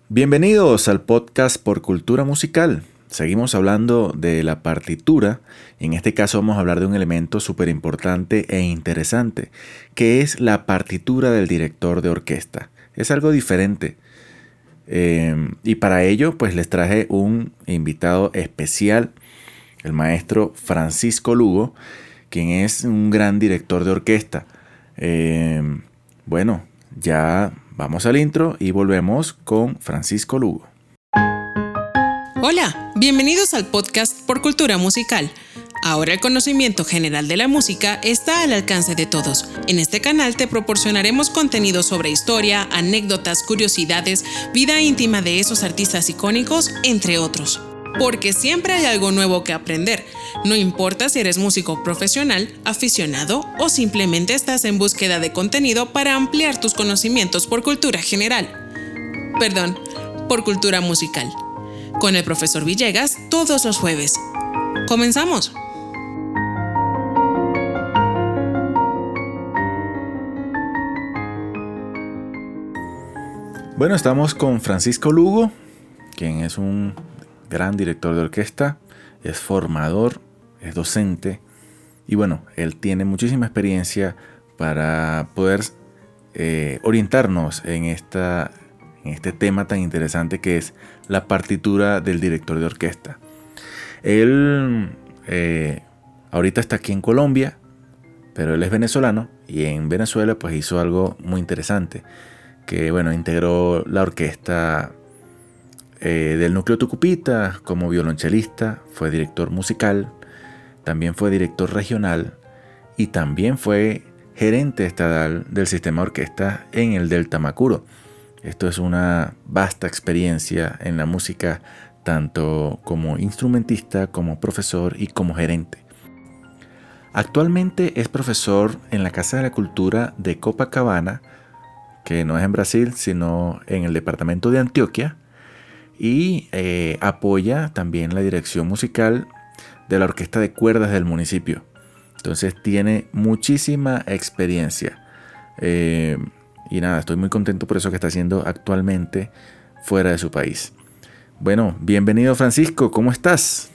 Bienvenidos al podcast por Cultura Musical. Seguimos hablando de la partitura y en este caso vamos a hablar de un elemento súper importante e interesante, que es la partitura del director de orquesta. Es algo diferente. Y para ello pues les traje un invitado especial, el maestro Francisco Lugo, quien es un gran director de orquesta. Bueno, ya vamos al intro y volvemos con Francisco Lugo. Hola, bienvenidos al podcast por Cultura Musical. Ahora el conocimiento general de la música está al alcance de todos. En este canal te proporcionaremos contenido sobre historia, anécdotas, curiosidades, vida íntima de esos artistas icónicos, entre otros. Porque siempre hay algo nuevo que aprender. No importa si eres músico profesional, aficionado o simplemente estás en búsqueda de contenido para ampliar tus conocimientos por cultura general. Por cultura musical. Con el profesor Villegas todos los jueves. ¡Comenzamos! Bueno, estamos con Francisco Lugo, quien es un gran director de orquesta, es formador, es docente y bueno, él tiene muchísima experiencia para poder orientarnos en este tema tan interesante que es la partitura del director de orquesta. Él ahorita está aquí en Colombia, pero él es venezolano y en Venezuela pues hizo algo muy interesante, que bueno, integró la orquesta del Núcleo Tucupita como violonchelista, fue director musical, también fue director regional y también fue gerente estadal del sistema de orquesta en el Delta Macuro. Esto es una vasta experiencia en la música, tanto como instrumentista, como profesor y como gerente. Actualmente es profesor en la Casa de la Cultura de Copacabana, que no es en Brasil, sino en el departamento de Antioquia, y apoya también la dirección musical de la orquesta de cuerdas del municipio. Entonces tiene muchísima experiencia. Y nada, estoy muy contento por eso que está haciendo actualmente fuera de su país. Bueno, bienvenido Francisco, ¿cómo estás?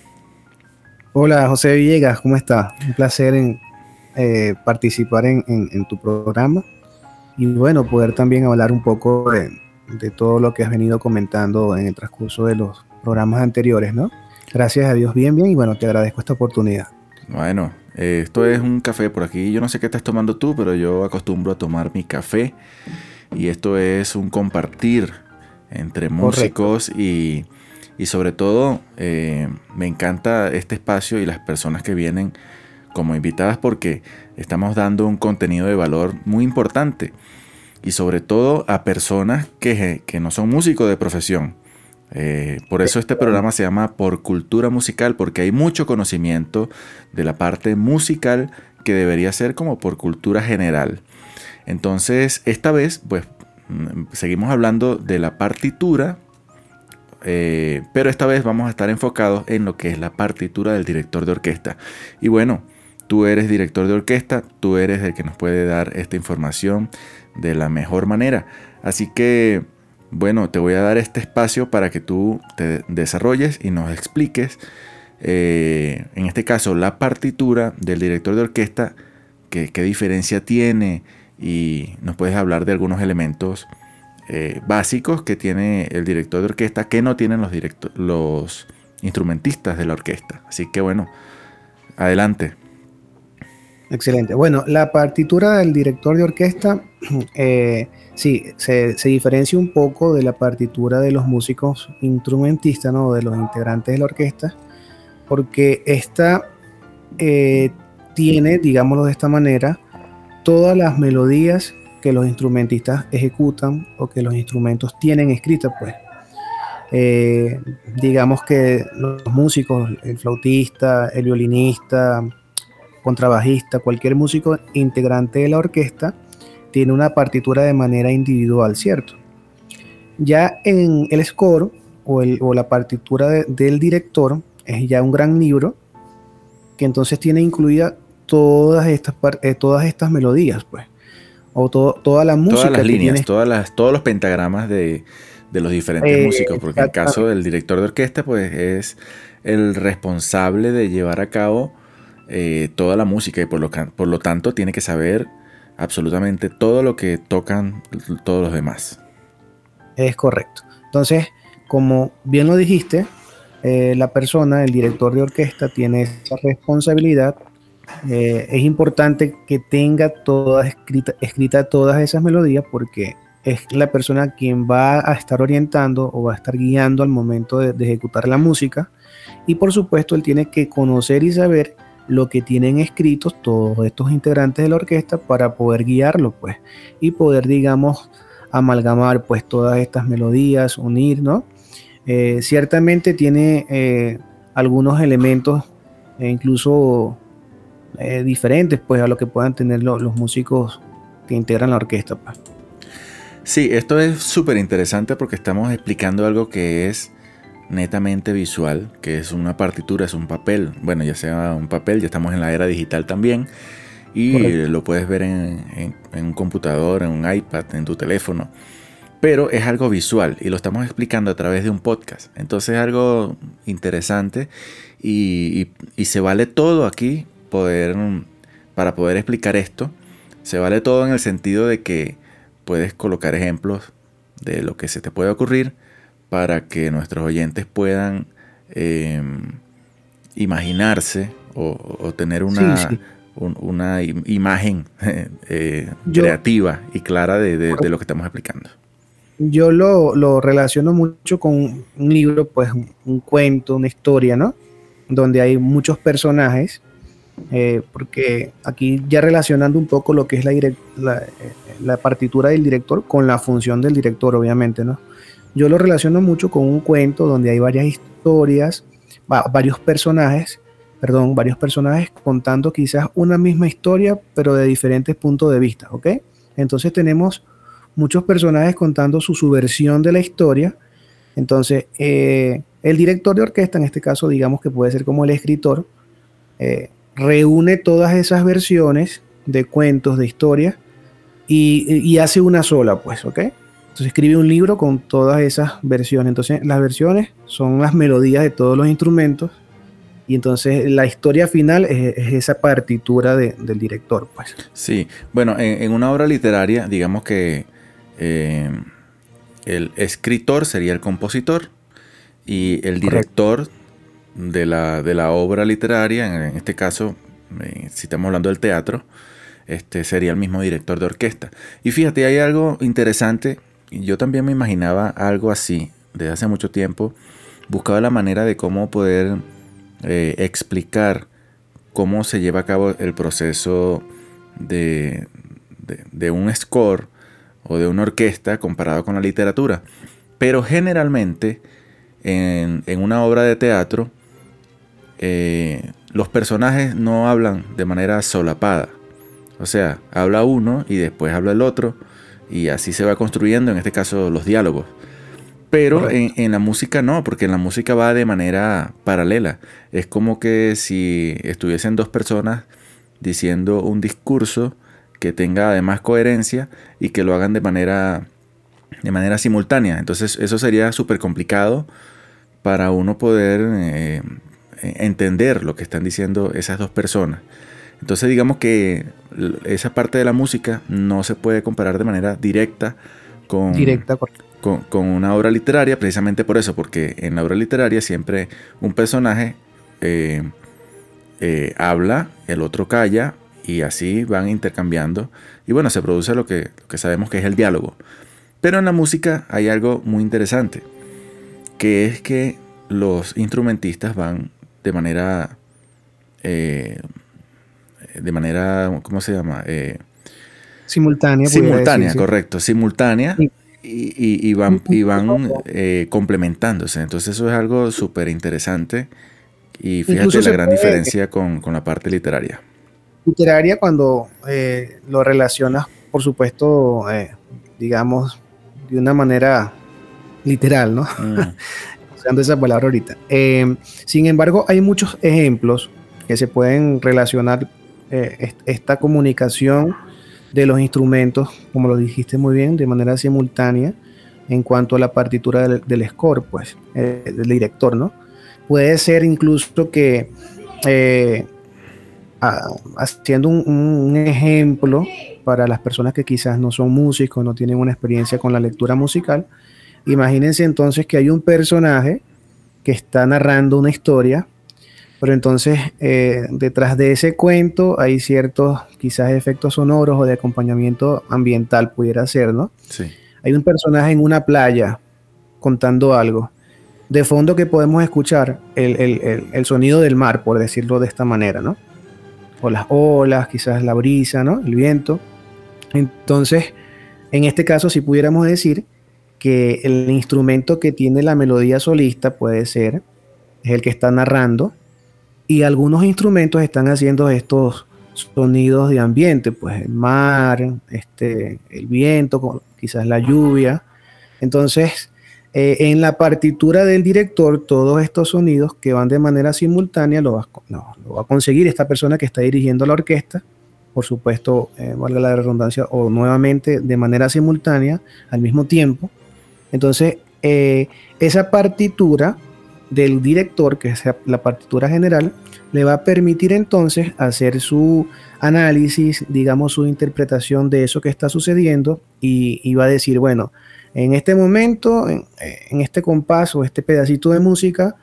Hola José Villegas, ¿cómo estás? Un placer participar en tu programa y bueno, poder también hablar un poco de todo lo que has venido comentando en el transcurso de los programas anteriores, ¿no? Gracias a Dios, bien, y bueno, te agradezco esta oportunidad. Bueno, esto es un café por aquí. Yo no sé qué estás tomando tú, pero yo acostumbro a tomar mi café. Y esto es un compartir entre músicos y sobre todo me encanta este espacio y las personas que vienen como invitadas porque estamos dando un contenido de valor muy importante. Y sobre todo a personas que no son músicos de profesión. Por eso este programa se llama Por Cultura Musical, porque hay mucho conocimiento de la parte musical que debería ser como por cultura general. Entonces, esta vez, pues, seguimos hablando de la partitura, pero esta vez vamos a estar enfocados en lo que es la partitura del director de orquesta. Y bueno, tú eres director de orquesta, tú eres el que nos puede dar esta información de la mejor manera. Así que, bueno, te voy a dar este espacio para que tú te desarrolles y nos expliques, en este caso, la partitura del director de orquesta, qué diferencia tiene y nos puedes hablar de algunos elementos básicos que tiene el director de orquesta que no tienen los instrumentistas de la orquesta. Así que, bueno, adelante. Excelente. Bueno, la partitura del director de orquesta sí, se diferencia un poco de la partitura de los músicos instrumentistas, ¿no? De los integrantes de la orquesta, porque esta tiene, digámoslo de esta manera, todas las melodías que los instrumentistas ejecutan o que los instrumentos tienen escritas, pues. Digamos que los músicos, el flautista, el violinista, contrabajista, cualquier músico integrante de la orquesta tiene una partitura de manera individual, ¿cierto? Ya en el score o la partitura del director es ya un gran libro que entonces tiene incluida todas estas melodías, pues, o toda la música. Todas las líneas, todos los pentagramas de de los diferentes músicos, porque en el caso del director de orquesta, pues es el responsable de llevar a cabo toda la música y por lo tanto tiene que saber absolutamente todo lo que tocan todos los demás. Es correcto. Entonces, como bien lo dijiste, la persona, el director de orquesta, tiene esa responsabilidad. Es importante que tenga escrita todas esas melodías, porque es la persona quien va a estar orientando o va a estar guiando al momento de ejecutar la música. Y por supuesto, él tiene que conocer y saber lo que tienen escritos todos estos integrantes de la orquesta para poder guiarlo, pues, y poder, digamos, amalgamar pues todas estas melodías, unir, ¿no? Ciertamente tiene algunos elementos incluso diferentes pues a lo que puedan tener los músicos que integran la orquesta, pues. Sí, esto es súper interesante porque estamos explicando algo que es netamente visual, que es una partitura, es un papel. Bueno, ya sea un papel, ya estamos en la era digital también. Y correcto, lo puedes ver en un computador, en un iPad, en tu teléfono. Pero es algo visual y lo estamos explicando a través de un podcast. Entonces es algo interesante y se vale todo aquí para poder explicar esto. Se vale todo en el sentido de que puedes colocar ejemplos de lo que se te puede ocurrir para que nuestros oyentes puedan imaginarse o tener una imagen creativa y clara de lo que estamos explicando. Yo lo relaciono mucho con un libro, pues un cuento, una historia, ¿no? Donde hay muchos personajes, porque aquí ya relacionando un poco lo que es la partitura del director con la función del director, obviamente, ¿no? Yo lo relaciono mucho con un cuento donde hay varias historias, varios personajes contando quizás una misma historia, pero de diferentes puntos de vista, ¿ok? Entonces tenemos muchos personajes contando su versión de la historia. Entonces, el director de orquesta, en este caso, digamos que puede ser como el escritor, reúne todas esas versiones de cuentos, de historias, y hace una sola, pues, ¿ok? Entonces escribe un libro con todas esas versiones. Entonces, las versiones son las melodías de todos los instrumentos, y entonces la historia final es esa partitura del director, pues. Sí, bueno, en una obra literaria, digamos que el escritor sería el compositor y el director de la obra literaria, en este caso, si estamos hablando del teatro, sería el mismo director de orquesta. Y fíjate, hay algo interesante, yo también me imaginaba algo así desde hace mucho tiempo, buscaba la manera de cómo poder explicar cómo se lleva a cabo el proceso de un score o de una orquesta comparado con la literatura. Pero generalmente en una obra de teatro los personajes no hablan de manera solapada. O sea, habla uno y después habla el otro y así se va construyendo, en este caso, los diálogos. Pero en la música no, porque en la música va de manera paralela. Es como que si estuviesen dos personas diciendo un discurso que tenga además coherencia y que lo hagan de manera simultánea. Entonces eso sería súper complicado para uno poder entender lo que están diciendo esas dos personas. Entonces digamos que esa parte de la música no se puede comparar de manera directa con una obra literaria, precisamente por eso, porque en la obra literaria siempre un personaje habla, el otro calla, y así van intercambiando. Y bueno, se produce lo que sabemos que es el diálogo. Pero en la música hay algo muy interesante, que es que los instrumentistas van de manera, ¿cómo se llama? Simultánea, correcto, simultánea. Sí. Y van complementándose. Entonces eso es algo súper interesante. Y fíjate la gran diferencia con la parte literaria. Literaria cuando lo relacionas, por supuesto, digamos, de una manera literal, ¿no? Usando esa palabra ahorita. Sin embargo, hay muchos ejemplos que se pueden relacionar esta comunicación de los instrumentos, como lo dijiste muy bien, de manera simultánea, en cuanto a la partitura del score, pues, del director, ¿no? Puede ser incluso que, haciendo un ejemplo para las personas que quizás no son músicos, no tienen una experiencia con la lectura musical, imagínense entonces que hay un personaje que está narrando una historia, pero entonces detrás de ese cuento hay ciertos quizás efectos sonoros o de acompañamiento ambiental, pudiera ser, ¿no? Sí. Hay un personaje en una playa contando algo. De fondo que podemos escuchar el sonido del mar, por decirlo de esta manera, ¿no? O las olas, quizás la brisa, ¿no? El viento. Entonces, en este caso, si pudiéramos decir que el instrumento que tiene la melodía solista puede ser, es el que está narrando, y algunos instrumentos están haciendo estos sonidos de ambiente, pues el mar, el viento, quizás la lluvia. Entonces, en la partitura del director, todos estos sonidos que van de manera simultánea lo va a conseguir esta persona que está dirigiendo la orquesta, por supuesto, valga la redundancia, o nuevamente de manera simultánea, al mismo tiempo. Entonces, esa partitura del director, que es la partitura general, le va a permitir entonces hacer su análisis, digamos, su interpretación de eso que está sucediendo, y va a decir, bueno, en este momento, en este compás o este pedacito de música,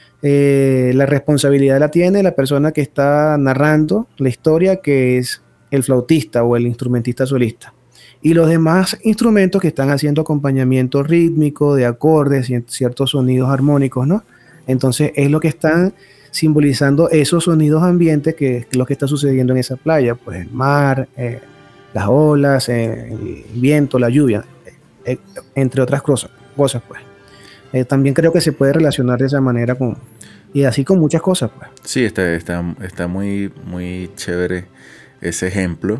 la responsabilidad la tiene la persona que está narrando la historia, que es el flautista o el instrumentista solista. Y los demás instrumentos que están haciendo acompañamiento rítmico, de acordes y ciertos sonidos armónicos, ¿no? Entonces es lo que están simbolizando esos sonidos ambientes, que es lo que está sucediendo en esa playa, pues el mar, las olas, el viento, la lluvia, entre otras cosas, pues. También creo que se puede relacionar de esa manera y así con muchas cosas, pues. Sí, está muy, muy chévere ese ejemplo.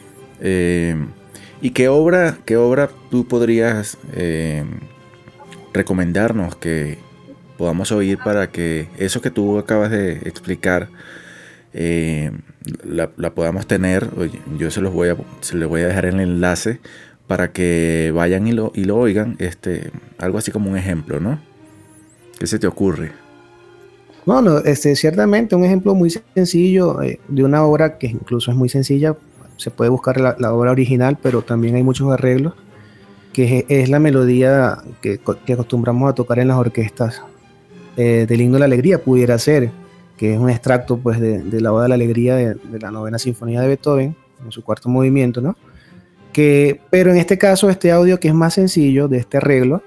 ¿Y qué obra tú podrías recomendarnos que podamos oír para que eso que tú acabas de explicar la podamos tener? Yo se les voy a dejar el enlace para que vayan y lo oigan, algo así como un ejemplo, ¿no? ¿Qué se te ocurre? Bueno, ciertamente un ejemplo muy sencillo de una obra que incluso es muy sencilla. Se puede buscar la obra original, pero también hay muchos arreglos, que es la melodía que acostumbramos a tocar en las orquestas del Himno de la Alegría, pudiera ser, que es un extracto pues de la Oda de la Alegría de la Novena Sinfonía de Beethoven, en su cuarto movimiento, ¿no? Pero en este caso, este audio que es más sencillo de este arreglo,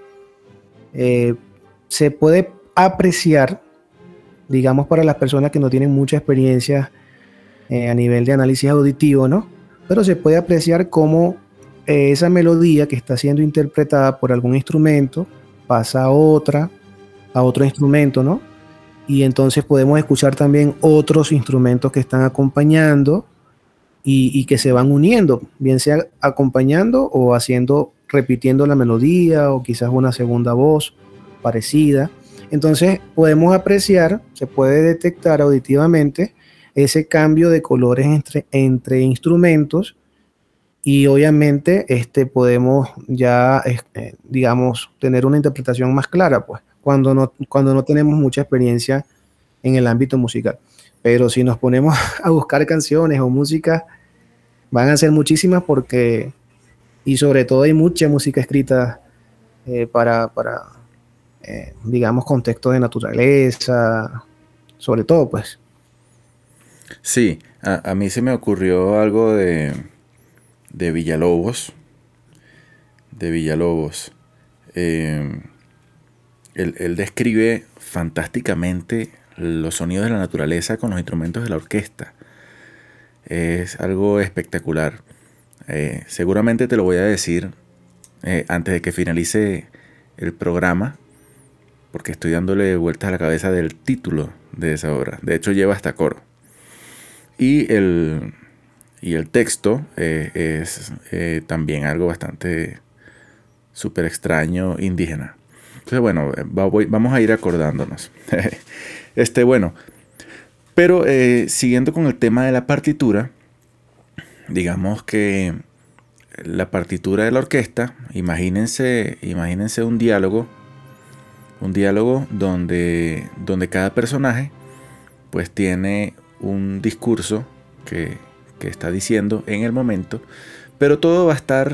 se puede apreciar, digamos, para las personas que no tienen mucha experiencia a nivel de análisis auditivo, ¿no? Pero se puede apreciar cómo esa melodía que está siendo interpretada por algún instrumento pasa a otro instrumento, ¿no? Y entonces podemos escuchar también otros instrumentos que están acompañando y que se van uniendo, bien sea acompañando o repitiendo la melodía, o quizás una segunda voz parecida. Entonces podemos apreciar, se puede detectar auditivamente ese cambio de colores entre instrumentos, y obviamente podemos ya, digamos, tener una interpretación más clara, pues, cuando no tenemos mucha experiencia en el ámbito musical. Pero si nos ponemos a buscar canciones o música, van a ser muchísimas, y sobre todo hay mucha música escrita para digamos, contextos de naturaleza, sobre todo, pues. Sí, a mí se me ocurrió algo de Villalobos. Él describe fantásticamente los sonidos de la naturaleza con los instrumentos de la orquesta. Es algo espectacular. Seguramente te lo voy a decir antes de que finalice el programa, porque estoy dándole vueltas a la cabeza del título de esa obra. De hecho, lleva hasta coro. Y el texto es también algo bastante súper extraño, indígena. Entonces, bueno, vamos a ir acordándonos. Bueno, pero siguiendo con el tema de la partitura, digamos que la partitura de la orquesta, imagínense un diálogo donde cada personaje pues tiene un discurso que está diciendo en el momento, pero todo va a estar,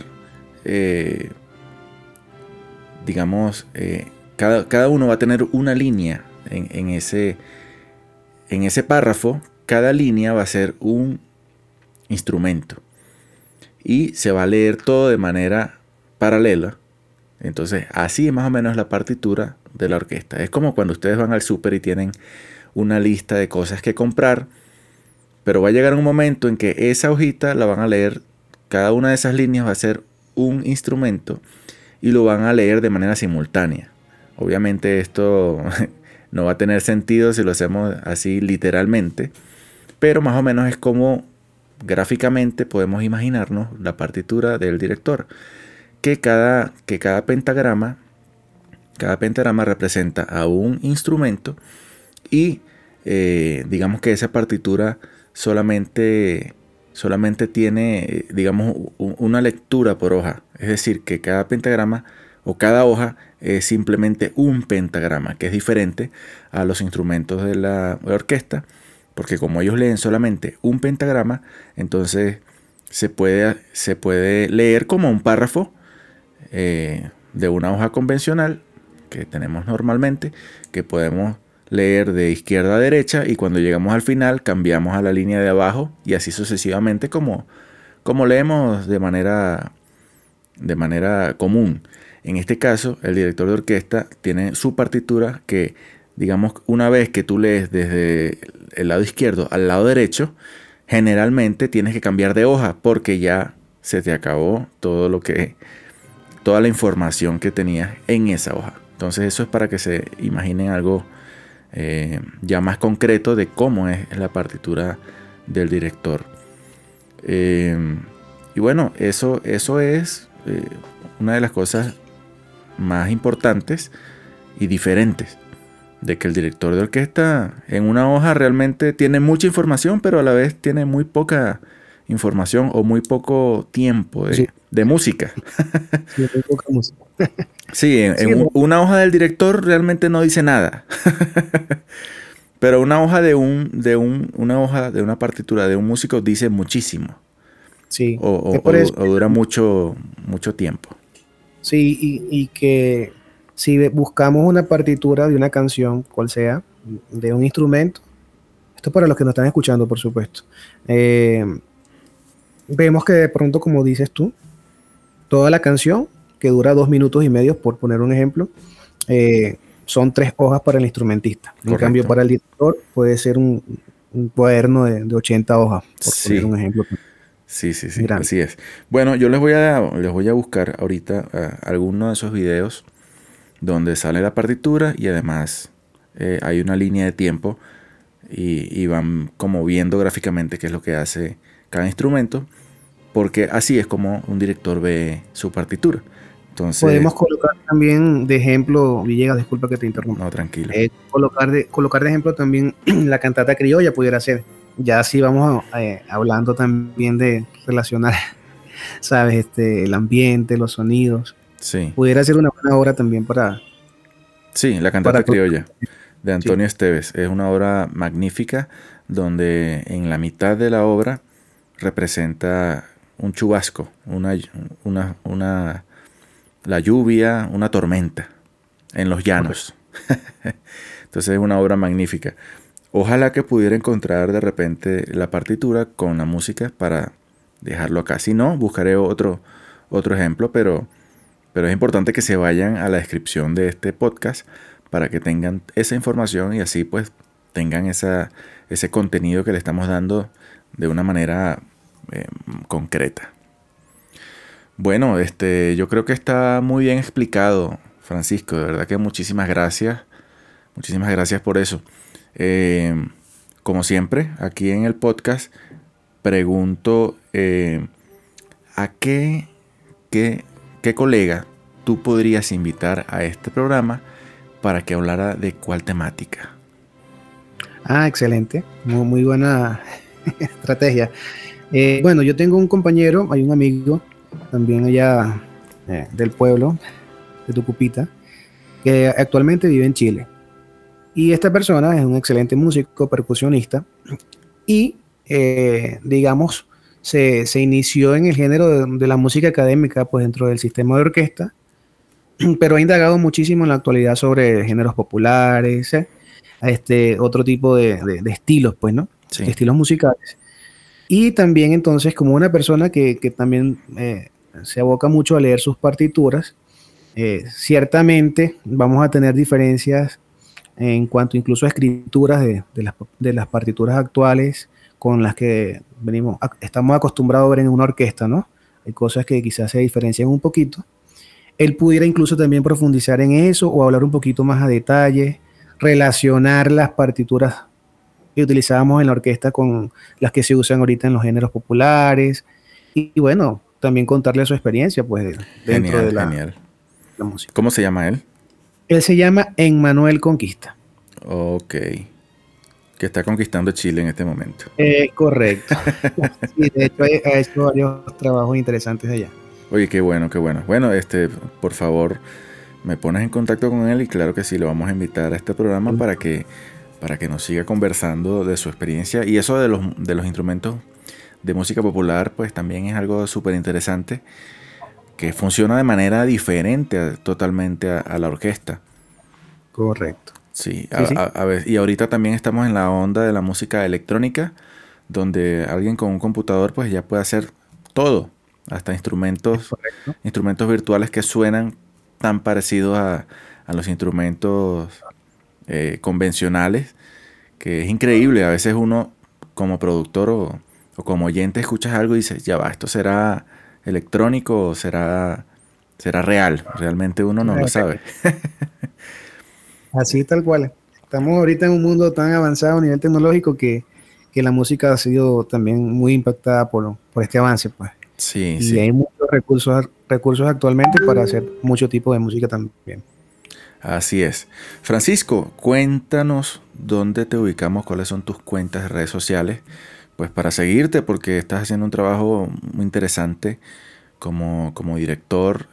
cada uno va a tener una línea en ese párrafo. Cada línea va a ser un instrumento y se va a leer todo de manera paralela. Entonces, así es más o menos la partitura de la orquesta. Es como cuando ustedes van al súper y tienen una lista de cosas que comprar, pero va a llegar un momento en que esa hojita la van a leer, cada una de esas líneas va a ser un instrumento y lo van a leer de manera simultánea. Obviamente esto no va a tener sentido si lo hacemos así literalmente, pero más o menos es como gráficamente podemos imaginarnos la partitura del director, que cada pentagrama representa a un instrumento y digamos que esa partitura solamente tiene, digamos, una lectura por hoja. Es decir, que cada pentagrama o cada hoja es simplemente un pentagrama, que es diferente a los instrumentos de la orquesta, porque como ellos leen solamente un pentagrama, entonces se puede leer como un párrafo de una hoja convencional que tenemos normalmente, que podemos leer de izquierda a derecha, y cuando llegamos al final cambiamos a la línea de abajo y así sucesivamente como leemos de manera común. En este caso, el director de orquesta tiene su partitura que, digamos, una vez que tú lees desde el lado izquierdo al lado derecho, generalmente tienes que cambiar de hoja porque ya se te acabó toda la información que tenías en esa hoja. Entonces eso es para que se imaginen algo ya más concreto de cómo es la partitura del director. Y bueno, eso es una de las cosas más importantes y diferentes, de que el director de orquesta en una hoja realmente tiene mucha información, pero a la vez tiene muy poca información o muy poco tiempo de música. Sí, muy poca música. Sí, una hoja del director realmente no dice nada. Pero una hoja de una partitura de un músico dice muchísimo. Sí. O dura mucho tiempo. Sí, y que si buscamos una partitura de una canción, cual sea, de un instrumento, esto para los que nos están escuchando, por supuesto, vemos que de pronto, como dices tú, toda la canción, que dura 2 minutos y medio, por poner un ejemplo, son 3 hojas para el instrumentista. Correcto. En cambio, para el director puede ser un cuaderno de 80 hojas, por poner un ejemplo. Sí, así es. Bueno, yo les voy a buscar ahorita algunos de esos videos donde sale la partitura y además hay una línea de tiempo y van como viendo gráficamente qué es lo que hace cada instrumento, porque así es como un director ve su partitura. Entonces, podemos colocar también de ejemplo, Villegas, disculpa que te interrumpa. No, tranquilo. Colocar de ejemplo también la cantata criolla pudiera ser. Ya así vamos hablando también de relacionar, ¿sabes? El ambiente, los sonidos. Sí. Pudiera ser una buena obra también para... Sí, la cantata criolla de Antonio Esteves. Es una obra magnífica donde en la mitad de la obra representa un chubasco, la lluvia, una tormenta en los llanos. Entonces es una obra magnífica. Ojalá que pudiera encontrar de repente la partitura con la música para dejarlo acá. Si no, buscaré otro ejemplo, pero es importante que se vayan a la descripción de este podcast para que tengan esa información y así pues tengan ese contenido que le estamos dando de una manera concreta. Bueno, yo creo que está muy bien explicado, Francisco. De verdad que muchísimas gracias. Muchísimas gracias por eso. Como siempre, aquí en el podcast pregunto a qué colega tú podrías invitar a este programa para que hablara de cuál temática. Excelente. Muy buena estrategia. Bueno, yo tengo un compañero, hay un amigo también allá del pueblo de Tucupita, que actualmente vive en Chile. Y esta persona es un excelente músico, percusionista, y digamos, se inició en el género de la música académica, pues dentro del sistema de orquesta, pero ha indagado muchísimo en la actualidad sobre géneros populares, otro tipo de estilos, pues, ¿no? Sí. De estilos musicales. Y también entonces como una persona que también se aboca mucho a leer sus partituras, ciertamente vamos a tener diferencias en cuanto incluso a escrituras de las partituras actuales con las que estamos acostumbrados a ver en una orquesta, ¿no? Hay cosas que quizás se diferencian un poquito. Él pudiera incluso también profundizar en eso o hablar un poquito más a detalle, relacionar las partituras que utilizábamos en la orquesta con las que se usan ahorita en los géneros populares y bueno, también contarle su experiencia pues dentro de la música. ¿Cómo se llama él? Él se llama Emmanuel Conquista. Ok. Que está conquistando Chile en este momento. Correcto. Sí, de hecho ha hecho varios trabajos interesantes allá. Oye, qué bueno, qué bueno. Bueno, por favor, me pones en contacto con él y claro que sí, lo vamos a invitar a este programa para que nos siga conversando de su experiencia. Y eso de los instrumentos de música popular, pues también es algo súper interesante, que funciona de manera diferente totalmente a la orquesta. Correcto. Sí, a ver, y ahorita también estamos en la onda de la música electrónica, donde alguien con un computador pues ya puede hacer todo, hasta instrumentos virtuales que suenan tan parecidos a los instrumentos convencionales, que es increíble. A veces uno como productor o como oyente escuchas algo y dices, ya va, ¿esto será electrónico o será real? Realmente uno no lo sabe. Así tal cual. Estamos ahorita en un mundo tan avanzado a nivel tecnológico que la música ha sido también muy impactada por este avance, pues. Sí, y sí. Hay muchos recursos actualmente para hacer mucho tipo de música también. Así es. Francisco, cuéntanos dónde te ubicamos, cuáles son tus cuentas de redes sociales, pues para seguirte, porque estás haciendo un trabajo muy interesante como director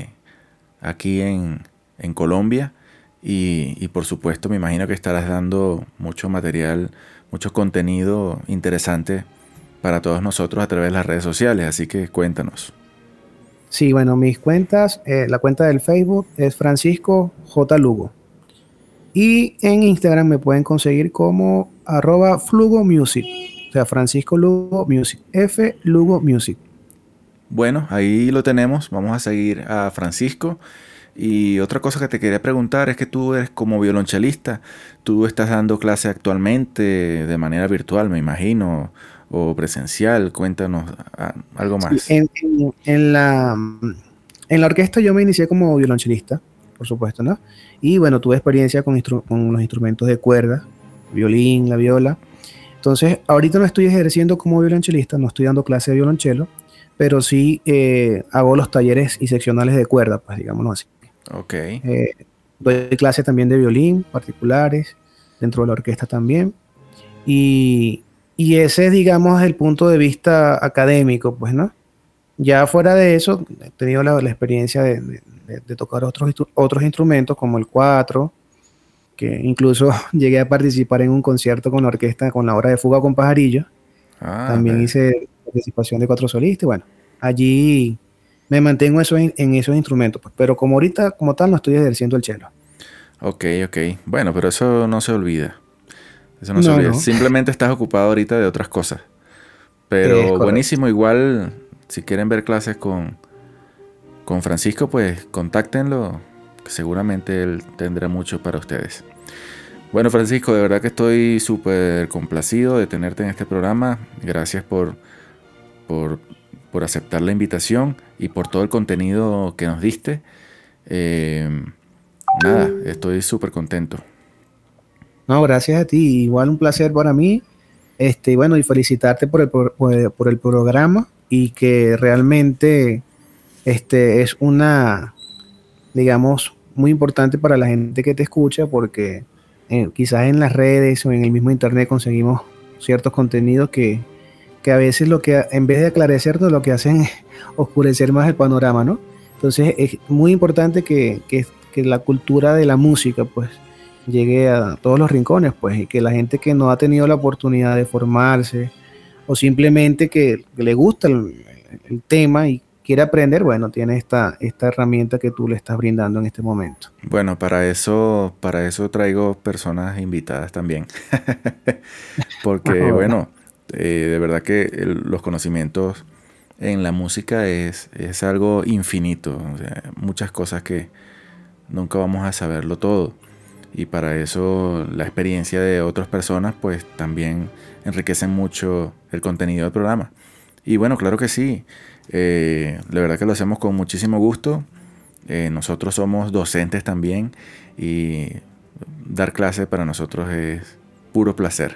aquí en Colombia. Y por supuesto me imagino que estarás dando mucho material, mucho contenido interesante para todos nosotros a través de las redes sociales, así que cuéntanos. Sí, bueno, mis cuentas, la cuenta del Facebook es Francisco J. Lugo y en Instagram me pueden conseguir como @FlugoMusic, o sea, Francisco Lugo Music, F Lugo Music. Bueno, ahí lo tenemos, vamos a seguir a Francisco. Y otra cosa que te quería preguntar es que tú eres como violonchelista, tú estás dando clase actualmente de manera virtual, me imagino, o presencial. Cuéntanos algo más. Sí, en la orquesta yo me inicié como violonchelista, por supuesto, ¿no? Y bueno, tuve experiencia con los instrumentos de cuerda, violín, la viola. Entonces, ahorita no estoy ejerciendo como violonchelista, no estoy dando clase de violonchelo, pero sí hago los talleres y seccionales de cuerda, pues digámoslo así. Ok. Doy clases también de violín, particulares, dentro de la orquesta también. Y ese es, digamos, el punto de vista académico, pues, ¿no? Ya fuera de eso, he tenido la experiencia de tocar otros instrumentos, como el cuatro, que incluso llegué a participar en un concierto con la orquesta con la obra de Fuga con Pajarillo. También hice participación de cuatro solistas. Bueno, allí me mantengo en esos instrumentos, pues, pero como ahorita, como tal, no estoy ejerciendo el cello. Ok. Bueno, pero eso no se olvida. Eso no se olvida. No. Simplemente estás ocupado ahorita de otras cosas. Pero buenísimo, igual, si quieren ver clases con Francisco, pues contáctenlo. Seguramente él tendrá mucho para ustedes. Bueno, Francisco, de verdad que estoy súper complacido de tenerte en este programa. Gracias por aceptar la invitación y por todo el contenido que nos diste. Nada, estoy súper contento. No, gracias a ti. Igual un placer para mí. Bueno, y felicitarte por el programa y que realmente es una, digamos, muy importante para la gente que te escucha porque quizás en las redes o en el mismo internet conseguimos ciertos contenidos que que a veces en vez de aclarecernos, lo que hacen es oscurecer más el panorama, ¿no? Entonces es muy importante que la cultura de la música, pues, llegue a todos los rincones, pues, y que la gente que no ha tenido la oportunidad de formarse, o simplemente que le gusta el tema y quiere aprender, bueno, tiene esta herramienta que tú le estás brindando en este momento. Bueno, para eso traigo personas invitadas también. Porque, bueno, de verdad que los conocimientos en la música es algo infinito. O sea, muchas cosas que nunca vamos a saberlo todo. Y para eso la experiencia de otras personas pues también enriquecen mucho el contenido del programa. Y bueno, claro que sí. La verdad que lo hacemos con muchísimo gusto. Nosotros somos docentes también y dar clase para nosotros es puro placer.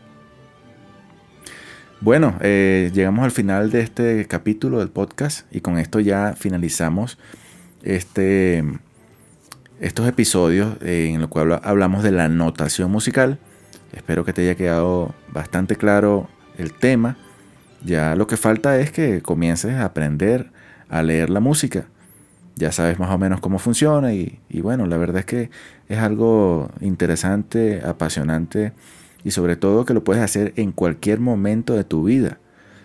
Bueno, llegamos al final de este capítulo del podcast y con esto ya finalizamos estos episodios en los cuales hablamos de la notación musical. Espero que te haya quedado bastante claro el tema. Ya lo que falta es que comiences a aprender a leer la música. Ya sabes más o menos cómo funciona y bueno, la verdad es que es algo interesante, apasionante y sobre todo que lo puedes hacer en cualquier momento de tu vida.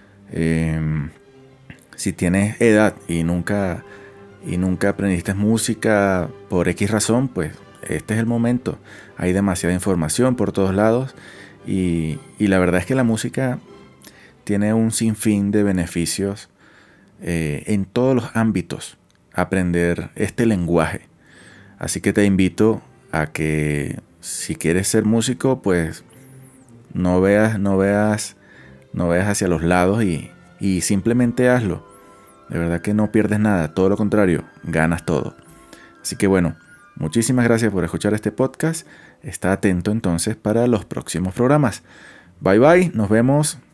Si tienes edad y nunca aprendiste música por X razón, pues este es el momento. Hay demasiada información por todos lados y la verdad es que la música tiene un sinfín de beneficios en todos los ámbitos. Aprender este lenguaje. Así que te invito a que si quieres ser músico, pues no veas hacia los lados y simplemente hazlo. De verdad que no pierdes nada, todo lo contrario, ganas todo. Así que bueno, muchísimas gracias por escuchar este podcast. Está atento entonces para los próximos programas. Bye bye, nos vemos